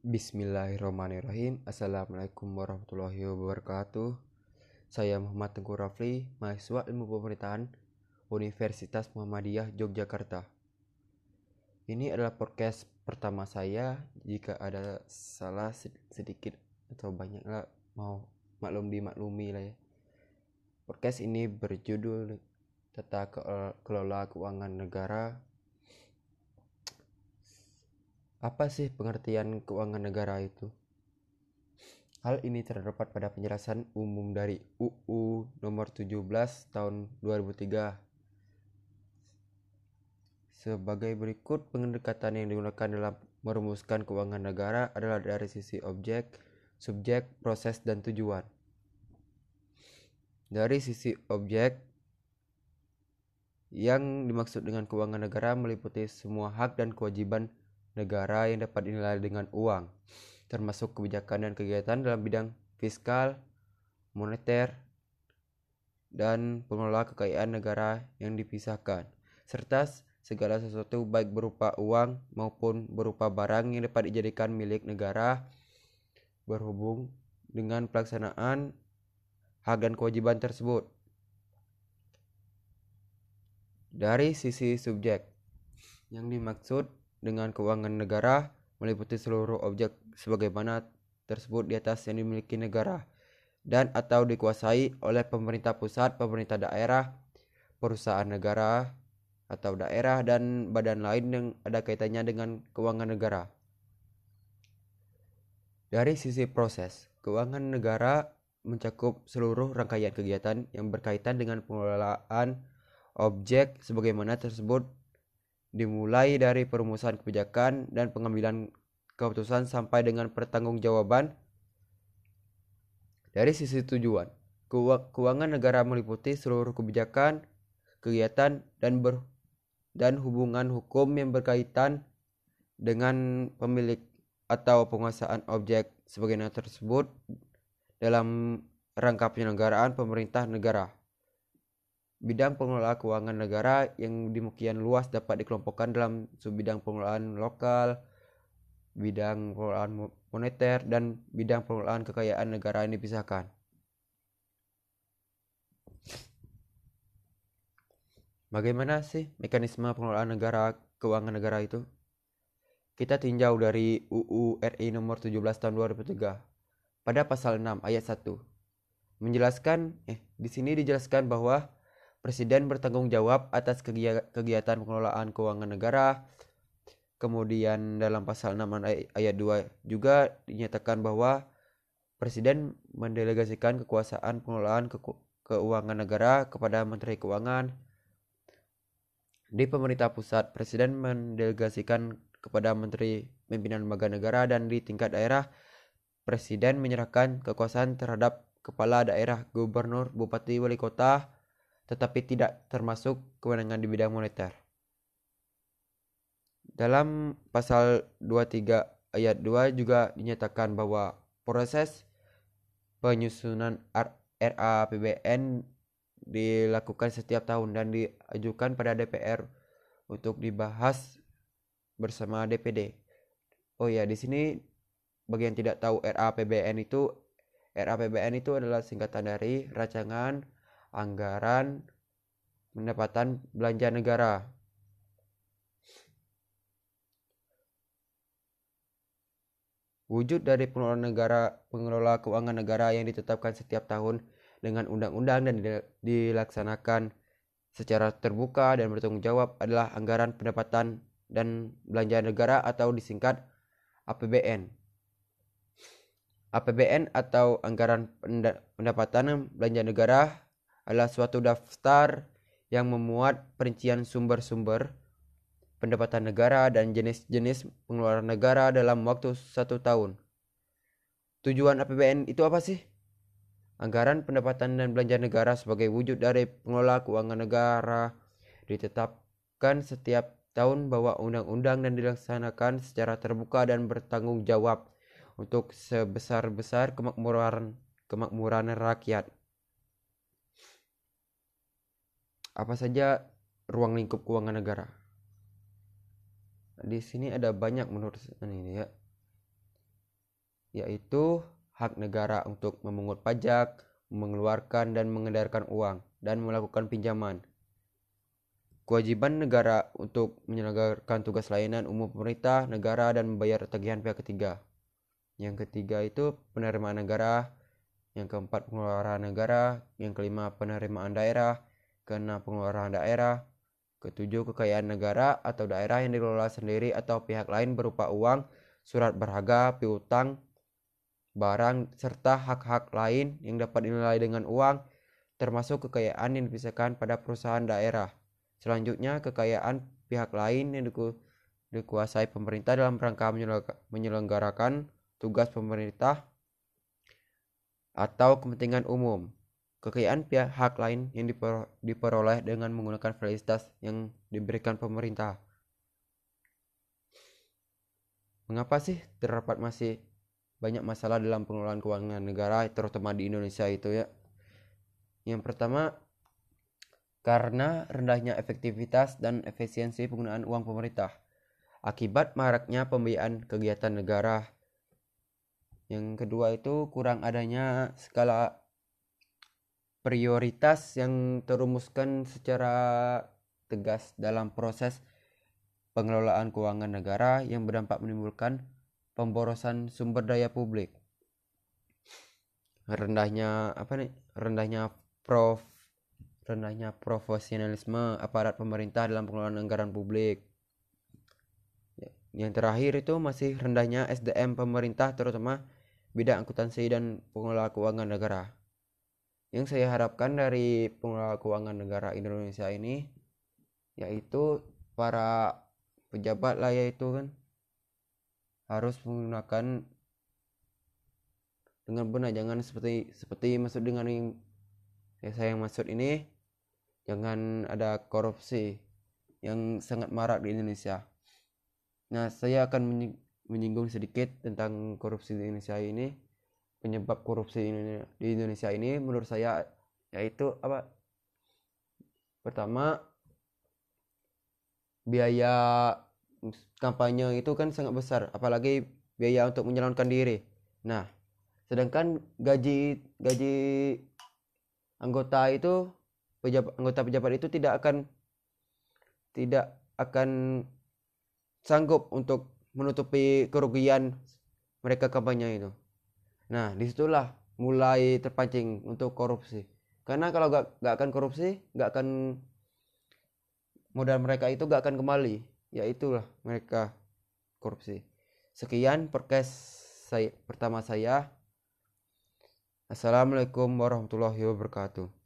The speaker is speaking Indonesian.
Bismillahirrahmanirrahim. Assalamualaikum warahmatullahi wabarakatuh. Saya Muhammad Tengku Rafli, mahasiswa Ilmu Pemerintahan Universitas Muhammadiyah Yogyakarta. Ini adalah podcast pertama saya. Jika ada salah sedikit atau banyak lah, mau dimaklumi lah ya. Podcast ini berjudul Tata Kelola Keuangan Negara. Apa sih pengertian keuangan negara itu? Hal ini terdapat pada penjelasan umum dari UU nomor 17 tahun 2003. Sebagai berikut, pendekatan yang digunakan dalam merumuskan keuangan negara adalah dari sisi objek, subjek, proses, dan tujuan. Dari sisi objek, yang dimaksud dengan keuangan negara meliputi semua hak dan kewajiban negara yang dapat dinilai dengan uang, termasuk kebijakan dan kegiatan dalam bidang fiskal, moneter, dan pengelola kekayaan negara yang dipisahkan, serta segala sesuatu baik berupa uang maupun berupa barang yang dapat dijadikan milik negara berhubung dengan pelaksanaan hak dan kewajiban tersebut. Dari sisi subjek, yang dimaksud dengan keuangan negara meliputi seluruh objek sebagaimana tersebut di atas yang dimiliki negara dan atau dikuasai oleh pemerintah pusat, pemerintah daerah, perusahaan negara atau daerah, dan badan lain yang ada kaitannya dengan keuangan negara. Dari sisi proses, keuangan negara mencakup seluruh rangkaian kegiatan yang berkaitan dengan pengelolaan objek sebagaimana tersebut, dimulai dari perumusan kebijakan dan pengambilan keputusan sampai dengan pertanggungjawaban. Dari sisi tujuan, keuangan negara meliputi seluruh kebijakan, kegiatan, dan hubungan hukum yang berkaitan dengan pemilik atau penguasaan objek sebagaimana tersebut dalam rangka penyelenggaraan pemerintah negara. Bidang pengelolaan keuangan negara yang demikian luas dapat dikelompokkan dalam subbidang pengelolaan lokal, bidang pengelolaan moneter, dan bidang pengelolaan kekayaan negara yang dipisahkan. Bagaimana sih mekanisme pengelolaan keuangan negara itu? Kita tinjau dari UU RI nomor 17 tahun 2003 pada pasal 6 ayat 1. Di sini dijelaskan bahwa Presiden bertanggung jawab atas kegiatan pengelolaan keuangan negara. Kemudian dalam pasal 6 ayat 2 juga dinyatakan bahwa Presiden mendelegasikan kekuasaan pengelolaan keuangan negara kepada Menteri Keuangan. Di pemerintah pusat, Presiden mendelegasikan kepada Menteri Pimpinan Lembaga Negara, dan di tingkat daerah, Presiden menyerahkan kekuasaan terhadap kepala daerah, gubernur, bupati, wali kota, tetapi tidak termasuk kewenangan di bidang moneter. Dalam pasal 23 ayat 2 juga dinyatakan bahwa proses penyusunan RAPBN dilakukan setiap tahun dan diajukan pada DPR untuk dibahas bersama DPD. Oh ya, di sini bagi yang tidak tahu, RAPBN itu adalah singkatan dari Rancangan Anggaran Pendapatan Belanja Negara. Wujud dari pengelola keuangan negara yang ditetapkan setiap tahun dengan undang-undang dan dilaksanakan secara terbuka dan bertanggung jawab adalah anggaran pendapatan dan belanja negara atau disingkat APBN. APBN atau anggaran pendapatan belanja negara adalah suatu daftar yang memuat perincian sumber-sumber pendapatan negara dan jenis-jenis pengeluaran negara dalam waktu 1 tahun. Tujuan APBN itu apa sih? Anggaran pendapatan dan belanja negara sebagai wujud dari pengelola keuangan negara ditetapkan setiap tahun bahwa undang-undang dan dilaksanakan secara terbuka dan bertanggung jawab untuk sebesar-besar kemakmuran rakyat. Apa saja ruang lingkup keuangan negara? Di sini ada banyak menurut ini ya. yaitu hak negara untuk memungut pajak, mengeluarkan dan mengedarkan uang, dan melakukan pinjaman. Kewajiban negara untuk menyelenggarakan tugas layanan umum pemerintah, negara, dan membayar tagihan pihak ketiga. Yang ketiga itu penerimaan negara, yang keempat pengeluaran negara, yang kelima penerimaan daerah, keenam pengeluaran daerah, ketujuh kekayaan negara atau daerah yang dikelola sendiri atau pihak lain berupa uang, surat berharga, piutang, barang, serta hak-hak lain yang dapat dinilai dengan uang, termasuk kekayaan yang dipisahkan pada perusahaan daerah. Selanjutnya, kekayaan pihak lain yang dikuasai pemerintah dalam rangka menyelenggarakan tugas pemerintah atau kepentingan umum. Kekayaan pihak lain yang diperoleh dengan menggunakan fasilitas yang diberikan pemerintah. Mengapa sih terdapat masih banyak masalah dalam pengelolaan keuangan negara, terutama di Indonesia itu ya? Yang pertama, karena rendahnya efektivitas dan efisiensi penggunaan uang pemerintah akibat maraknya pembiayaan kegiatan negara. Yang kedua itu kurang adanya skala prioritas yang terumuskan secara tegas dalam proses pengelolaan keuangan negara yang berdampak menimbulkan pemborosan sumber daya publik. Rendahnya profesionalisme aparat pemerintah dalam pengelolaan anggaran publik. Yang terakhir itu masih rendahnya SDM pemerintah, terutama bidang akuntansi dan pengelola keuangan negara. Yang saya harapkan dari pengelola keuangan negara Indonesia ini yaitu para pejabat lah, yaitu kan harus menggunakan dengan benar, jangan seperti maksud dengan yang saya maksud ini, jangan ada korupsi yang sangat marak di Indonesia. Nah, saya akan menyinggung sedikit tentang korupsi di Indonesia ini. Penyebab korupsi di Indonesia ini menurut saya yaitu apa? Pertama, biaya kampanye itu kan sangat besar, apalagi biaya untuk menyalonkan diri. Nah, sedangkan gaji anggota pejabat itu tidak akan sanggup untuk menutupi kerugian mereka kampanye itu. Nah, disitulah mulai terpancing untuk korupsi. Karena kalau gak akan korupsi, gak akan, modal mereka itu gak akan kembali. Ya itulah mereka korupsi. Sekian podcast pertama saya. Assalamualaikum warahmatullahi wabarakatuh.